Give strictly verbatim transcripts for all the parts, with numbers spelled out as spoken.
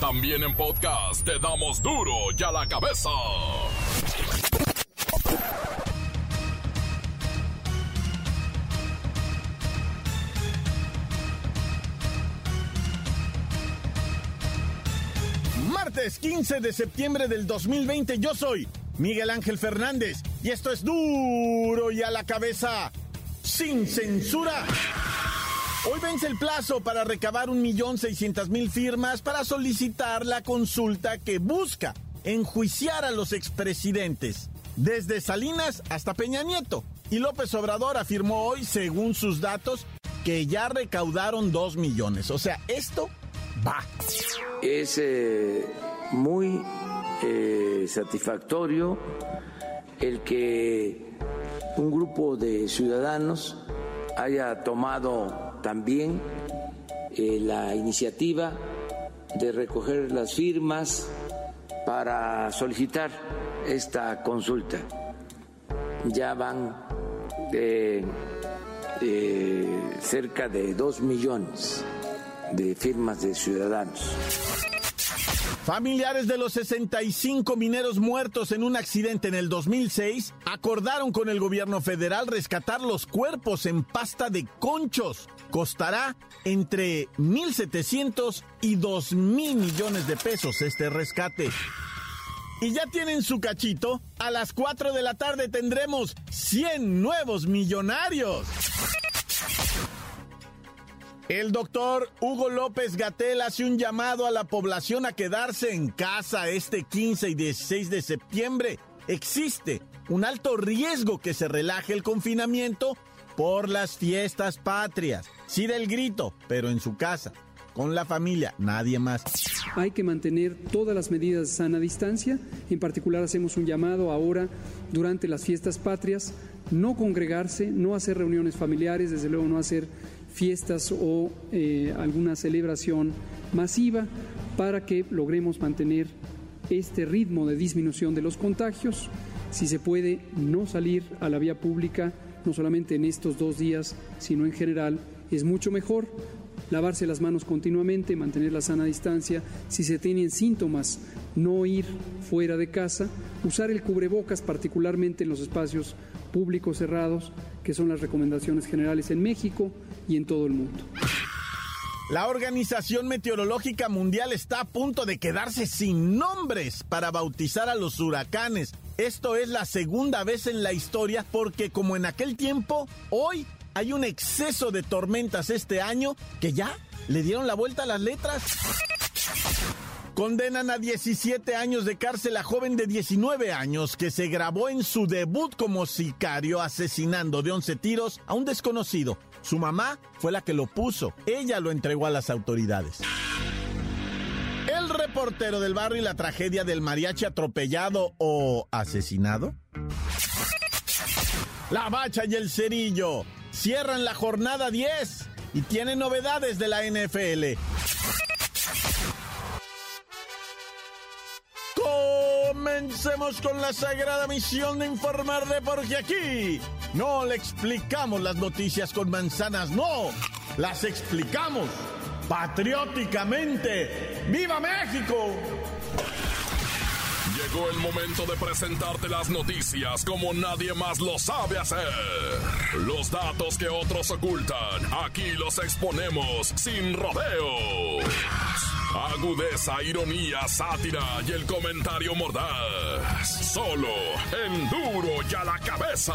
También en podcast te damos duro y a la cabeza. Martes quince de septiembre del dos mil veinte, yo soy Miguel Ángel Fernández y esto es Duro y a la Cabeza, sin censura. Hoy vence el plazo para recabar un millón seiscientas mil firmas para solicitar la consulta que busca enjuiciar a los expresidentes, desde Salinas hasta Peña Nieto. Y López Obrador afirmó hoy, según sus datos, que ya recaudaron dos millones. O sea, esto va. Es eh, muy eh, satisfactorio el que un grupo de ciudadanos haya tomado también eh, la iniciativa de recoger las firmas para solicitar esta consulta. Ya van eh, eh, cerca de dos millones de firmas de ciudadanos. Familiares de los sesenta y cinco mineros muertos en un accidente en el dos mil seis acordaron con el gobierno federal rescatar los cuerpos en pasta de conchos. Costará entre mil setecientos y dos mil millones de pesos este rescate. Y ya tienen su cachito. A las cuatro de la tarde tendremos cien nuevos millonarios. El doctor Hugo López-Gatell hace un llamado a la población a quedarse en casa este quince y dieciséis de septiembre. Existe un alto riesgo que se relaje el confinamiento por las fiestas patrias. Sí del grito, pero en su casa, con la familia, nadie más. Hay que mantener todas las medidas de sana distancia. En particular hacemos un llamado ahora durante las fiestas patrias, no congregarse, no hacer reuniones familiares, desde luego no hacer fiestas o eh, alguna celebración masiva, para que logremos mantener este ritmo de disminución de los contagios. Si se puede, no salir a la vía pública, no solamente en estos dos días, sino en general, es mucho mejor. Lavarse las manos continuamente, mantener la sana distancia. Si se tienen síntomas, no ir fuera de casa. Usar el cubrebocas, particularmente en los espacios públicos cerrados, que son las recomendaciones generales en México y en todo el mundo. La Organización Meteorológica Mundial está a punto de quedarse sin nombres para bautizar a los huracanes. Esto es la segunda vez en la historia, porque como en aquel tiempo, hoy hay un exceso de tormentas este año que ya le dieron la vuelta a las letras. Condenan a diecisiete años de cárcel a joven de diecinueve años que se grabó en su debut como sicario asesinando de once tiros a un desconocido. Su mamá fue la que lo puso. Ella lo entregó a las autoridades. El reportero del barrio y la tragedia del mariachi atropellado o asesinado. La Bacha y el Cerillo cierran la jornada diez y tienen novedades de la N F L. Comencemos con la sagrada misión de informarle, porque aquí no le explicamos las noticias con manzanas, no, las explicamos patrióticamente. ¡Viva México! Llegó el momento de presentarte las noticias como nadie más lo sabe hacer. Los datos que otros ocultan, aquí los exponemos sin rodeos. Agudeza, ironía, sátira y el comentario mordaz. Solo en Duro y a la Cabeza.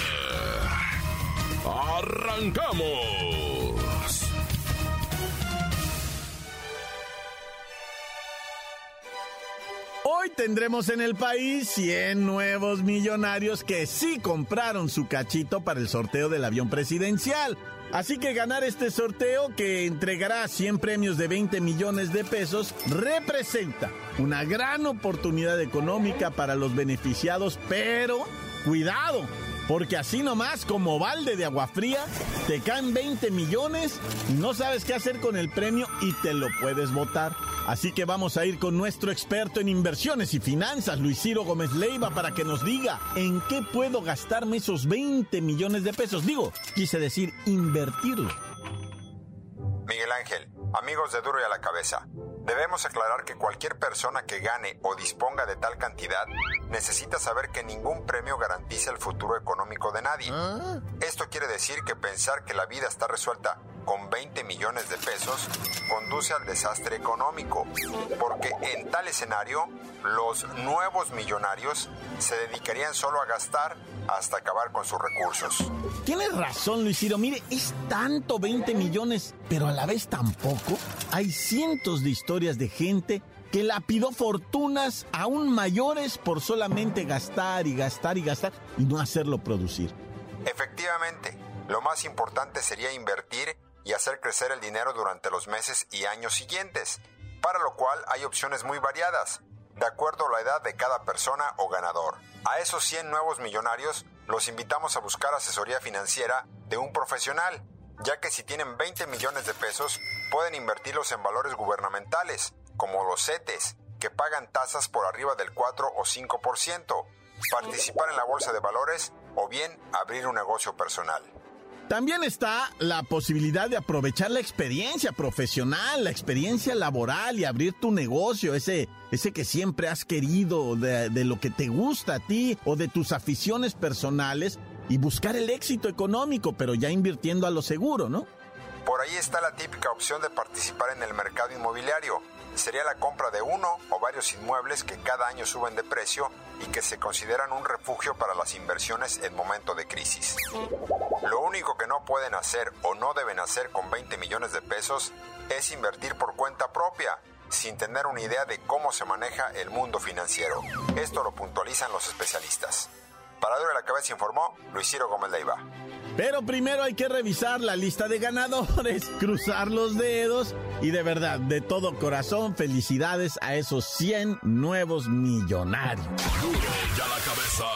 ¡Arrancamos! Hoy tendremos en el país cien nuevos millonarios que sí compraron su cachito para el sorteo del avión presidencial. Así que ganar este sorteo, que entregará cien premios de veinte millones de pesos, representa una gran oportunidad económica para los beneficiados, pero cuidado, porque así nomás, como balde de agua fría, te caen veinte millones y no sabes qué hacer con el premio y te lo puedes botar. Así que vamos a ir con nuestro experto en inversiones y finanzas, Luis Ciro Gómez Leiva, para que nos diga en qué puedo gastarme esos veinte millones de pesos. Digo, quise decir invertirlo. Miguel Ángel, amigos de Duro y a la Cabeza, Debemos aclarar que cualquier persona que gane o disponga de tal cantidad necesita saber que ningún premio garantiza el futuro económico de nadie. ¿Ah? Esto quiere decir que pensar que la vida está resuelta con veinte millones de pesos conduce al desastre económico, porque en tal escenario los nuevos millonarios se dedicarían solo a gastar hasta acabar con sus recursos. Tienes razón, Luis Ciro. Mire, es tanto veinte millones, pero a la vez tan poco. Hay cientos de historias de gente que lapidó fortunas aún mayores por solamente gastar y gastar y gastar y no hacerlo producir. Efectivamente, lo más importante sería invertir y hacer crecer el dinero durante los meses y años siguientes, para lo cual hay opciones muy variadas, de acuerdo a la edad de cada persona o ganador. A esos cien nuevos millonarios los invitamos a buscar asesoría financiera de un profesional, ya que si tienen veinte millones de pesos, pueden invertirlos en valores gubernamentales, como los CETES, que pagan tasas por arriba del cuatro o cinco por ciento, participar en la bolsa de valores o bien abrir un negocio personal. También está la posibilidad de aprovechar la experiencia profesional, la experiencia laboral y abrir tu negocio, ese, ese que siempre has querido, de, de lo que te gusta a ti o de tus aficiones personales y buscar el éxito económico, pero ya invirtiendo a lo seguro, ¿no? Por ahí está la típica opción de participar en el mercado inmobiliario. Sería la compra de uno o varios inmuebles que cada año suben de precio y que se consideran un refugio para las inversiones en momento de crisis. Lo único que no pueden hacer o no deben hacer con veinte millones de pesos es invertir por cuenta propia, sin tener una idea de cómo se maneja el mundo financiero. Esto lo puntualizan los especialistas. Para Duro de la Cabeza informó Luis Ciro Gómez Leiva. Pero primero hay que revisar la lista de ganadores, cruzar los dedos y de verdad, de todo corazón, felicidades a esos cien nuevos millonarios. Duro ya la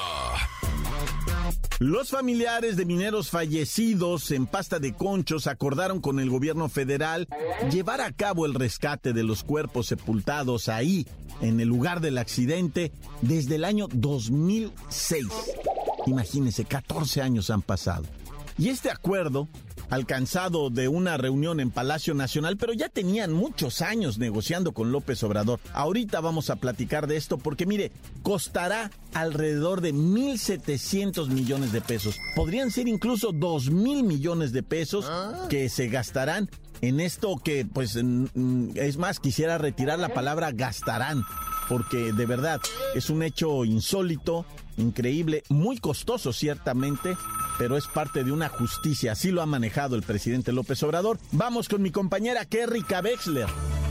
cabeza. Los familiares de mineros fallecidos en Pasta de Conchos acordaron con el gobierno federal llevar a cabo el rescate de los cuerpos sepultados ahí, en el lugar del accidente, desde el año dos mil seis. Imagínense, catorce años han pasado. Y este acuerdo, alcanzado de una reunión en Palacio Nacional, pero ya tenían muchos años negociando con López Obrador. Ahorita vamos a platicar de esto porque, mire, costará alrededor de mil setecientos millones de pesos. Podrían ser incluso dos mil millones de pesos que se gastarán en esto que, pues, es más, quisiera retirar la palabra gastarán, porque de verdad es un hecho insólito, increíble, muy costoso ciertamente, pero es parte de una justicia. Así lo ha manejado el presidente López Obrador. Vamos con mi compañera Kerrika Wexler.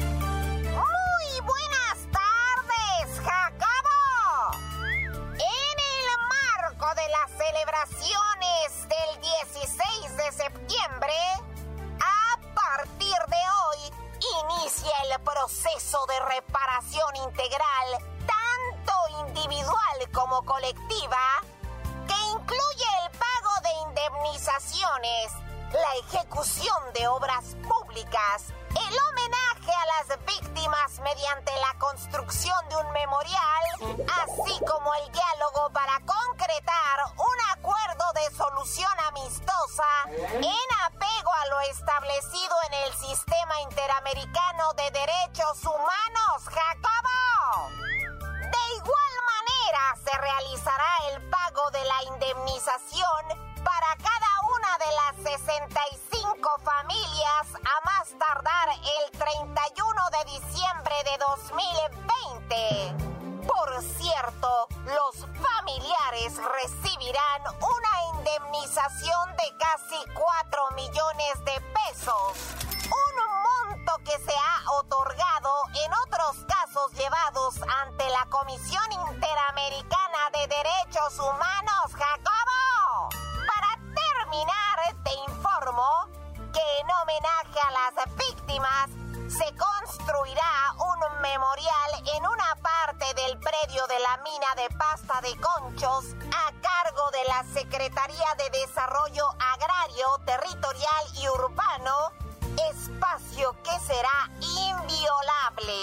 Muy buenas tardes, Jacobo. En el marco de las celebraciones del dieciséis de septiembre, a partir de hoy inicia el proceso de reparación integral, tanto individual como colectiva, que incluye el pago de indemnizaciones, la ejecución de obras públicas, el homenaje a las víctimas mediante la construcción de un memorial, así como el diálogo para concretar un acuerdo de solución amistosa en apego a lo establecido en el Sistema Interamericano de Derechos Humanos, Jacobo. De igual manera, se realizará el pago de la indemnización para cada una de las sesenta y cinco familias a más tardar el treinta y uno de diciembre de dos mil veinte. Por cierto, los familiares recibirán una indemnización de casi cuatro millones de pesos, un monto que se ha otorgado en otros casos llevados ante la Comisión Interamericana de Derechos Humanos, Jacobo. Para terminar, te informo que en homenaje a las víctimas se construirá un memorial en una parte del predio de la mina de Pasta de Conchos a cargo de la Secretaría de Desarrollo Agrario, Territorial y Urbano, espacio que será inviolable.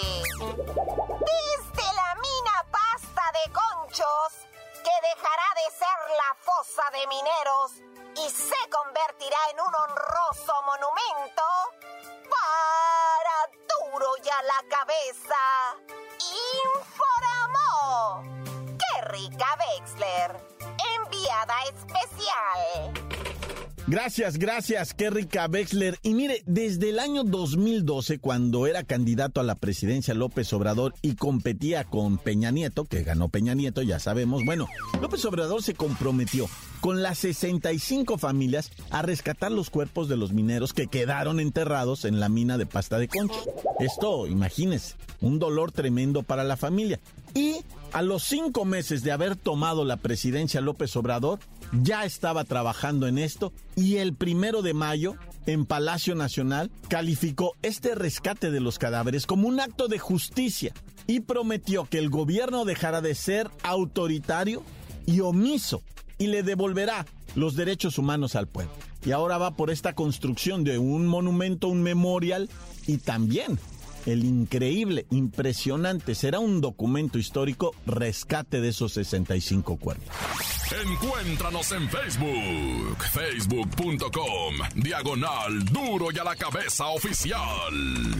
Desde la mina Pasta de Conchos, que dejará de ser la fosa de mineros y se convertirá en un honroso monumento, para Duro y a la Cabeza informó Kerrika Wexler, enviada especial. Gracias, gracias, Kerrika Wexler. Y mire, desde el año dos mil doce, cuando era candidato a la presidencia López Obrador y competía con Peña Nieto, que ganó Peña Nieto, ya sabemos, bueno, López Obrador se comprometió con las sesenta y cinco familias a rescatar los cuerpos de los mineros que quedaron enterrados en la mina de Pasta de Concha. Esto, imagínense, un dolor tremendo para la familia. Y a los cinco meses de haber tomado la presidencia López Obrador, ya estaba trabajando en esto y el primero de mayo, en Palacio Nacional, calificó este rescate de los cadáveres como un acto de justicia y prometió que el gobierno dejará de ser autoritario y omiso y le devolverá los derechos humanos al pueblo. Y ahora va por esta construcción de un monumento, un memorial y también el increíble, impresionante, será un documento histórico, rescate de esos sesenta y cinco cuerpos. Encuéntranos en Facebook, facebook punto com, diagonal Duro y a la Cabeza Oficial.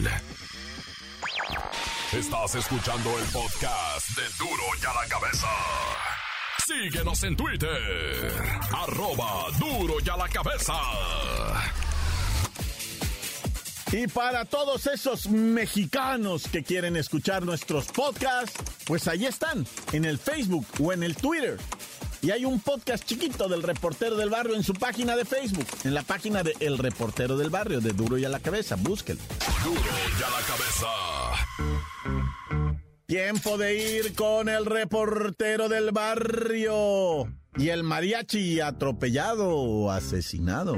Estás escuchando el podcast de Duro y a la Cabeza. Síguenos en Twitter, arroba Duro y a la Cabeza. Y para todos esos mexicanos que quieren escuchar nuestros podcasts, pues ahí están, en el Facebook o en el Twitter. Y hay un podcast chiquito del Reportero del Barrio en su página de Facebook, en la página de El Reportero del Barrio, de Duro y a la Cabeza, búsquenlo. Duro y a la Cabeza. Tiempo de ir con el Reportero del Barrio. Y el mariachi atropellado o asesinado.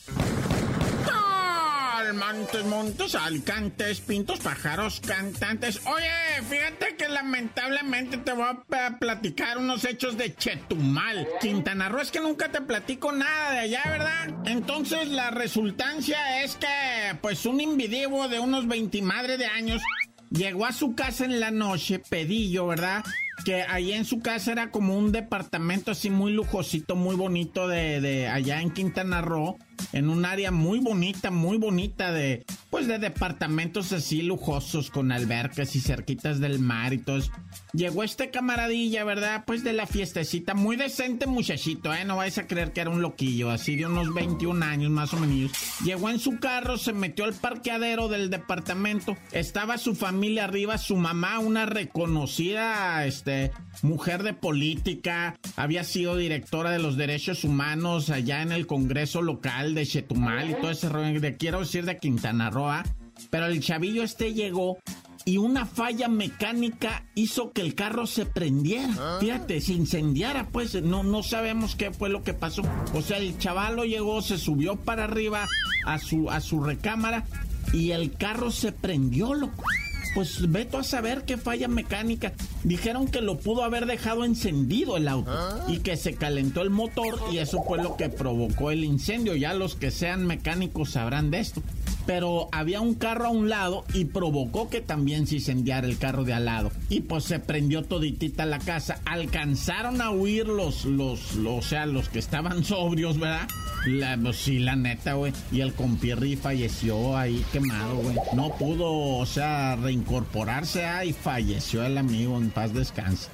Montes, montes, alicantes, pintos, pájaros, cantantes. Oye, fíjate que lamentablemente te voy a platicar unos hechos de Chetumal, Quintana Roo. Es que nunca te platico nada de allá, ¿verdad? Entonces la resultancia es que, pues, un individuo de unos veinte madre de años llegó a su casa en la noche, pedillo, ¿verdad? Que ahí en su casa era como un departamento así muy lujosito, muy bonito de, de allá en Quintana Roo, en un área muy bonita, muy bonita de, pues de departamentos así lujosos con albercas y cerquitas del mar y todo eso. Llegó este camaradilla, ¿verdad? Pues de la fiestecita, muy decente muchachito, ¿eh? No vais a creer que era un loquillo, así de unos veintiún años más o menos. Llegó en su carro, se metió al parqueadero del departamento, estaba su familia arriba, su mamá, una reconocida, este, mujer de política, había sido directora de los derechos humanos allá en el Congreso local de Chetumal y todo ese rollo, de, quiero decir, de Quintana Roo, ¿eh? Pero el chavillo este llegó y una falla mecánica hizo que el carro se prendiera. Fíjate, se incendiara, pues, no, no sabemos qué fue lo que pasó. O sea, el chavalo llegó, se subió para arriba a su, a su recámara y el carro se prendió, loco. Pues vete a saber qué falla mecánica. Dijeron que lo pudo haber dejado encendido el auto y que se calentó el motor y eso fue lo que provocó el incendio. Ya los que sean mecánicos sabrán de esto. Pero había un carro a un lado y provocó que también se incendiara el carro de al lado. Y pues se prendió toditita la casa. Alcanzaron a huir los, los, los o sea, los que estaban sobrios, ¿verdad? La, pues sí, la neta, güey. Y el compirri falleció ahí quemado, güey. No pudo, o sea, reincorporarse, ah, y falleció el amigo. En paz descanse.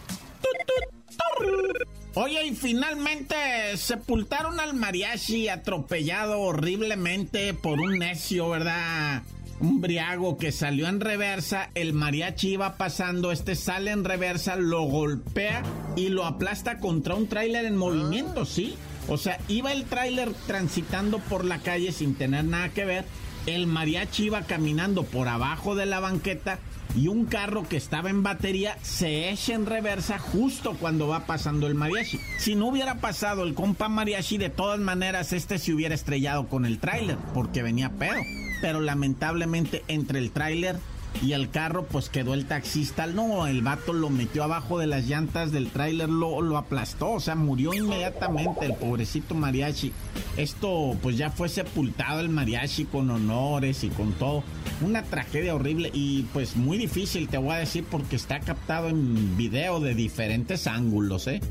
Oye, y finalmente sepultaron al mariachi atropellado horriblemente por un necio, ¿verdad? Un briago que salió en reversa, el mariachi iba pasando, este sale en reversa, lo golpea y lo aplasta contra un tráiler en movimiento, ¿sí? O sea, iba el tráiler transitando por la calle sin tener nada que ver, el mariachi iba caminando por abajo de la banqueta y un carro que estaba en batería se echa en reversa justo cuando va pasando el mariachi. Si no hubiera pasado el compa mariachi, de todas maneras este se hubiera estrellado con el tráiler porque venía pedo. Pero lamentablemente entre el tráiler y el carro pues quedó el taxista. No, el vato lo metió abajo de las llantas del tráiler, lo, lo aplastó, o sea, murió inmediatamente el pobrecito mariachi. Esto pues ya fue sepultado el mariachi con honores y con todo. Una tragedia horrible y pues muy difícil, te voy a decir, porque está captado en video de diferentes ángulos, ¿eh?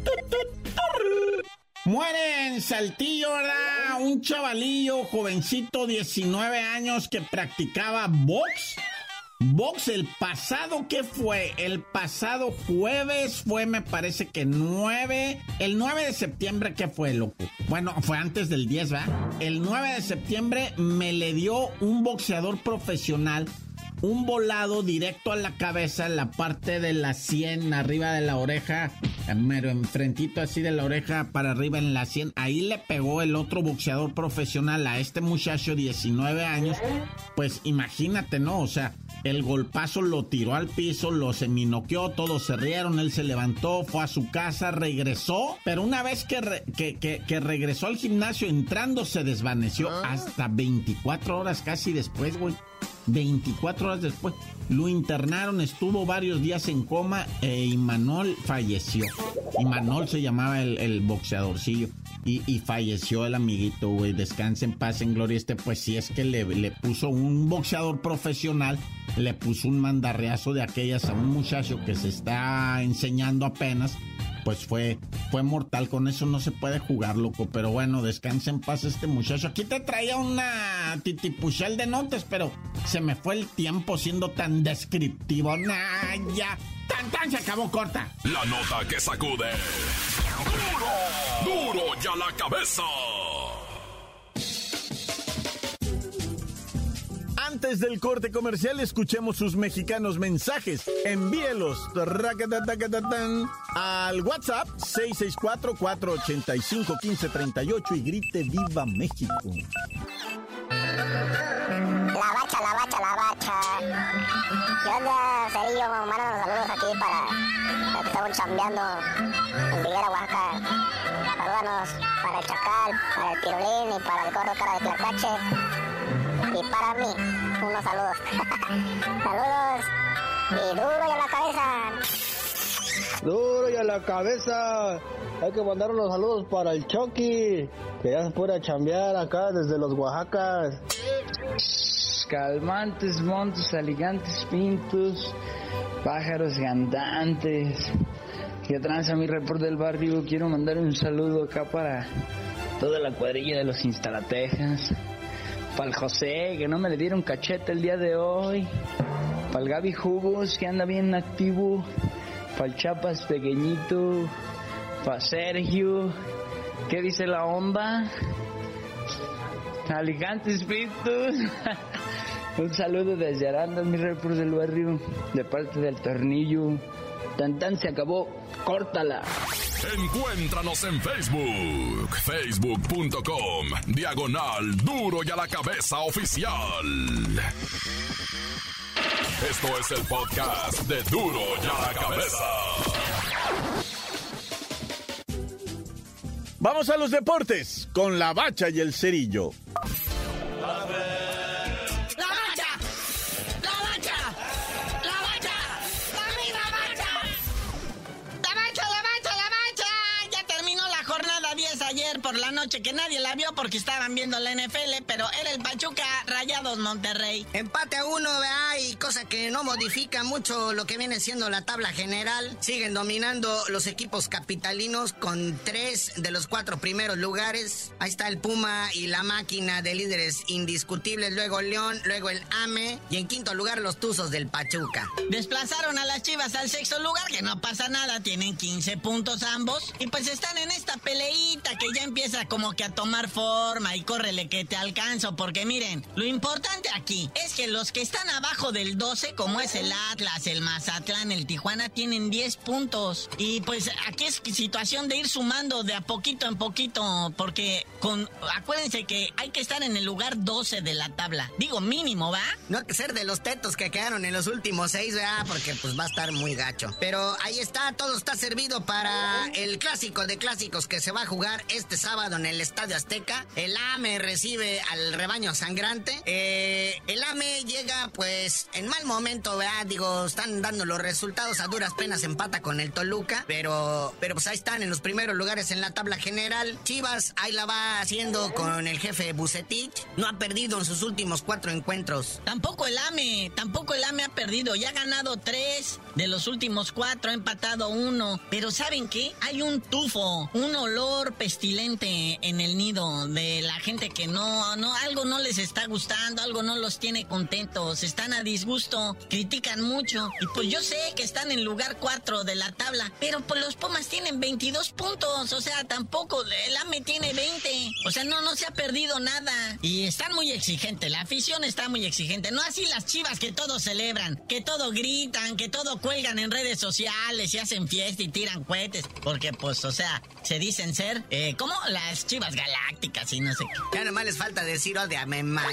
Muere en Saltillo, ¿verdad? Un chavalillo jovencito, diecinueve años, que practicaba box. Box el pasado, ¿qué fue? El pasado jueves fue, me parece que nueve. El nueve de septiembre, ¿qué fue, loco? Bueno, fue antes del diez, ¿verdad? El nueve de septiembre me le dio un boxeador profesional un volado directo a la cabeza, en la parte de la sien, arriba de la oreja, mero enfrentito así de la oreja para arriba en la sien. Ahí le pegó el otro boxeador profesional a este muchacho, diecinueve años. Pues imagínate, ¿no? O sea, el golpazo lo tiró al piso, lo seminoqueó, todos se rieron, él se levantó, fue a su casa, regresó, pero una vez que, re, que, que, que regresó al gimnasio, entrando se desvaneció hasta veinticuatro horas casi después, güey. veinticuatro horas después lo internaron, estuvo varios días en coma e Imanol falleció. Imanol se llamaba el, el boxeadorcillo y, y falleció el amiguito, güey. Descanse en paz, en gloria. Este, pues sí, es que le, le puso un boxeador profesional, le puso un mandarriazo de aquellas a un muchacho que se está enseñando apenas. Pues fue, fue mortal, con eso no se puede jugar, loco. Pero bueno, descansa en paz este muchacho. Aquí te traía una titipuchel de notas, pero se me fue el tiempo siendo tan descriptivo. Nah, ya, tan tan se acabó, corta. La nota que sacude. ¡Duro! ¡Duro ya la cabeza! Antes del corte comercial, escuchemos sus mexicanos mensajes. Envíelos al WhatsApp seis seis cuatro, cuatro ocho cinco, uno cinco tres ocho y grite ¡Viva México! La bacha, la bacha, la bacha. ¿Qué onda, Cerillo? Manda los saludos aquí para los que estamos chambeando en Viguera, Oaxaca. Salúdanos para el Chacal, para el Pirulín y para el Gordo Cara de Tlacuache. Y para mí, unos saludos. Saludos. Y duro y a la cabeza. Duro y a la cabeza. Hay que mandar unos saludos para el Chucky, que ya se puede chambear acá desde los Oaxacas. Calmantes, montes, aligantes, pintos, pájaros cantantes. Que tranza mi report del barrio. Quiero mandar un saludo acá para toda la cuadrilla de los Instalatejas. Para el José, que no me le dieron cachete el día de hoy. Para el Gaby Jugos, que anda bien activo. Para el Chapas pequeñito. Para Sergio. ¿Qué dice la onda? Aligantes Pintos. Un saludo desde Arandas, mi report del barrio. De parte del Tornillo. Tan tan se acabó. Córtala. Encuéntranos en Facebook, facebook punto com, diagonal Duro y a la Cabeza Oficial. Esto es el podcast de Duro y a la Cabeza. Vamos a los deportes con la Bacha y el Cerillo. Por la noche, que nadie la vio porque estaban viendo la N F L, pero era el Pachuca Rayados Monterrey. Empate a uno, ¿verdad? Y cosa que no modifica mucho lo que viene siendo la tabla general. Siguen dominando los equipos capitalinos con tres de los cuatro primeros lugares. Ahí está el Puma y la Máquina de líderes indiscutibles, luego León, luego el A M E y en quinto lugar los Tuzos del Pachuca. Desplazaron a las Chivas al sexto lugar, que no pasa nada, tienen quince puntos ambos. Y pues están en esta peleita que ya empieza como que a tomar forma y córrele que te alcanzo, porque miren, lo importante aquí es que los que están abajo del doce, como es el Atlas, el Mazatlán, el Tijuana, tienen diez puntos. Y pues aquí es situación de ir sumando de a poquito en poquito, porque con acuérdense que hay que estar en el lugar doce de la tabla. Digo, mínimo, ¿va? No hay que ser de los tetos que quedaron en los últimos seis, ¿verdad? Porque pues va a estar muy gacho. Pero ahí está, todo está servido para el clásico de clásicos que se va a jugar este sábado en el Estadio Azteca. El A M E recibe al rebaño sangrante. Eh, el A M E llega pues en mal momento, ¿verdad? Digo, están dando los resultados, a duras penas empata con el Toluca, pero, pero pues ahí están en los primeros lugares en la tabla general. Chivas ahí la va haciendo con el jefe Bucetich. No ha perdido en sus últimos cuatro encuentros. Tampoco el A M E, tampoco el A M E ha perdido. Ya ha ganado tres de los últimos cuatro, ha empatado uno. Pero ¿saben qué? Hay un tufo, un olor pestilente gente en el nido, de la gente que no, no, algo no les está gustando, algo no los tiene contentos, están a disgusto, critican mucho. Y pues yo sé que están en lugar cuatro de la tabla, pero pues los Pumas tienen veintidós puntos, o sea, tampoco, el A M E tiene veinte, o sea, no, no se ha perdido nada. Y están muy exigentes, la afición está muy exigente, no así las Chivas que todo celebran, que todo gritan, que todo cuelgan en redes sociales y hacen fiesta y tiran cohetes, porque pues, o sea, se dicen ser, eh, como las Chivas galácticas y no sé qué. Ya nomás les falta decir ódeame más.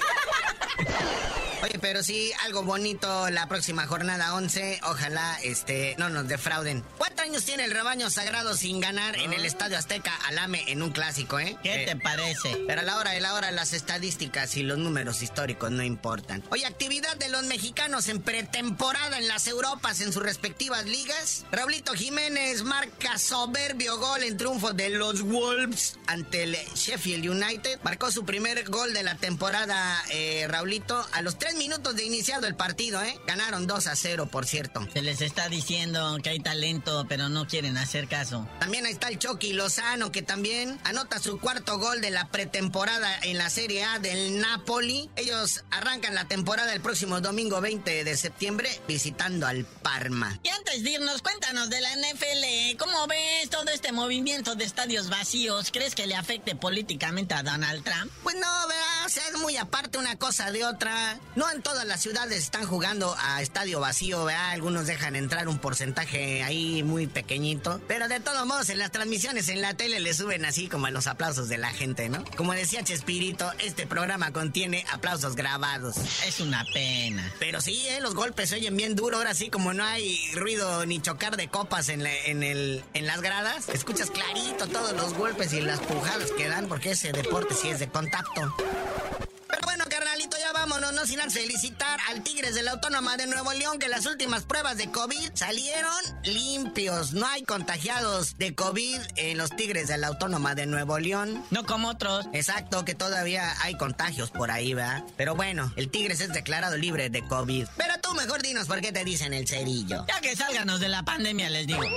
Oye, pero sí, algo bonito la próxima jornada once. Ojalá, este, no nos defrauden. ¿Cuántos años tiene el rebaño sagrado sin ganar en el Estadio Azteca al A M E en un clásico, eh? ¿Qué eh, te parece? Pero a la hora de la hora las estadísticas y los números históricos no importan. Oye, actividad de los mexicanos en pretemporada en las Europas en sus respectivas ligas. Raulito Jiménez marca soberbio gol en triunfo de los Wolves ante el Sheffield United. Marcó su primer gol de la temporada, eh, Raulito, a los tres minutos de iniciado el partido, ¿eh? Ganaron dos a cero, por cierto. Se les está diciendo que hay talento, pero no quieren hacer caso. También ahí está el Chucky Lozano, que también anota su cuarto gol de la pretemporada en la Serie A del Napoli. Ellos arrancan la temporada el próximo domingo veinte de septiembre visitando al Parma. Y antes de irnos, cuéntanos de la N F L. ¿Cómo ves todo este movimiento de estadios vacíos? ¿Crees que le afecte políticamente a Donald Trump? Pues no, ¿verdad? O sea, es muy aparte una cosa de otra. No en todas las ciudades están jugando a estadio vacío, ¿verdad? Algunos dejan entrar un porcentaje ahí muy pequeñito. Pero de todos modos, en las transmisiones en la tele le suben así como a los aplausos de la gente, ¿no? Como decía Chespirito, este programa contiene aplausos grabados. Es una pena. Pero sí, ¿eh? Los golpes se oyen bien duro. Ahora sí, como no hay ruido ni chocar de copas en, la, en, el, en las gradas, escuchas clarito todos los golpes y las pujadas que dan, porque ese deporte sí es de contacto. Pero bueno, carnalito, ya vámonos, no sin antes felicitar al Tigres de la Autónoma de Nuevo León, que las últimas pruebas de COVID salieron limpios. No hay contagiados de COVID en los Tigres de la Autónoma de Nuevo León. No como otros. Exacto, que todavía hay contagios por ahí, ¿verdad? Pero bueno, el Tigres es declarado libre de COVID. Pero tú mejor dinos por qué te dicen el cerillo. Ya que sálganos de la pandemia, les digo.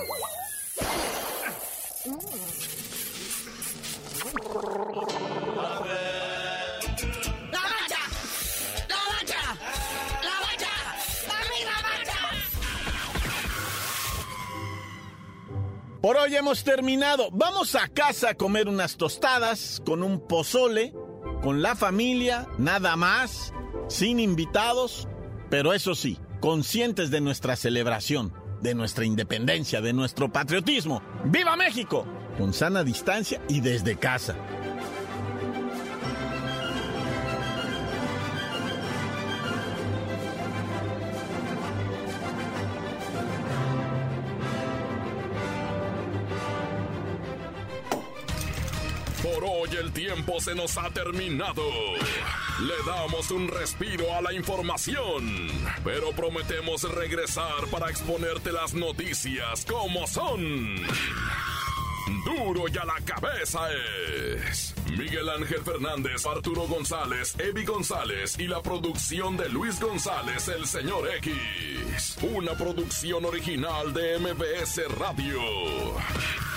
Por hoy hemos terminado. Vamos a casa a comer unas tostadas con un pozole, con la familia, nada más, sin invitados, pero eso sí, conscientes de nuestra celebración, de nuestra independencia, de nuestro patriotismo. ¡Viva México! Con sana distancia y desde casa. Por hoy el tiempo se nos ha terminado. Le damos un respiro a la información, pero prometemos regresar para exponerte las noticias como son. Duro y a la cabeza es Miguel Ángel Fernández, Arturo González, Evi González y la producción de Luis González, el señor X. Una producción original de M B S Radio.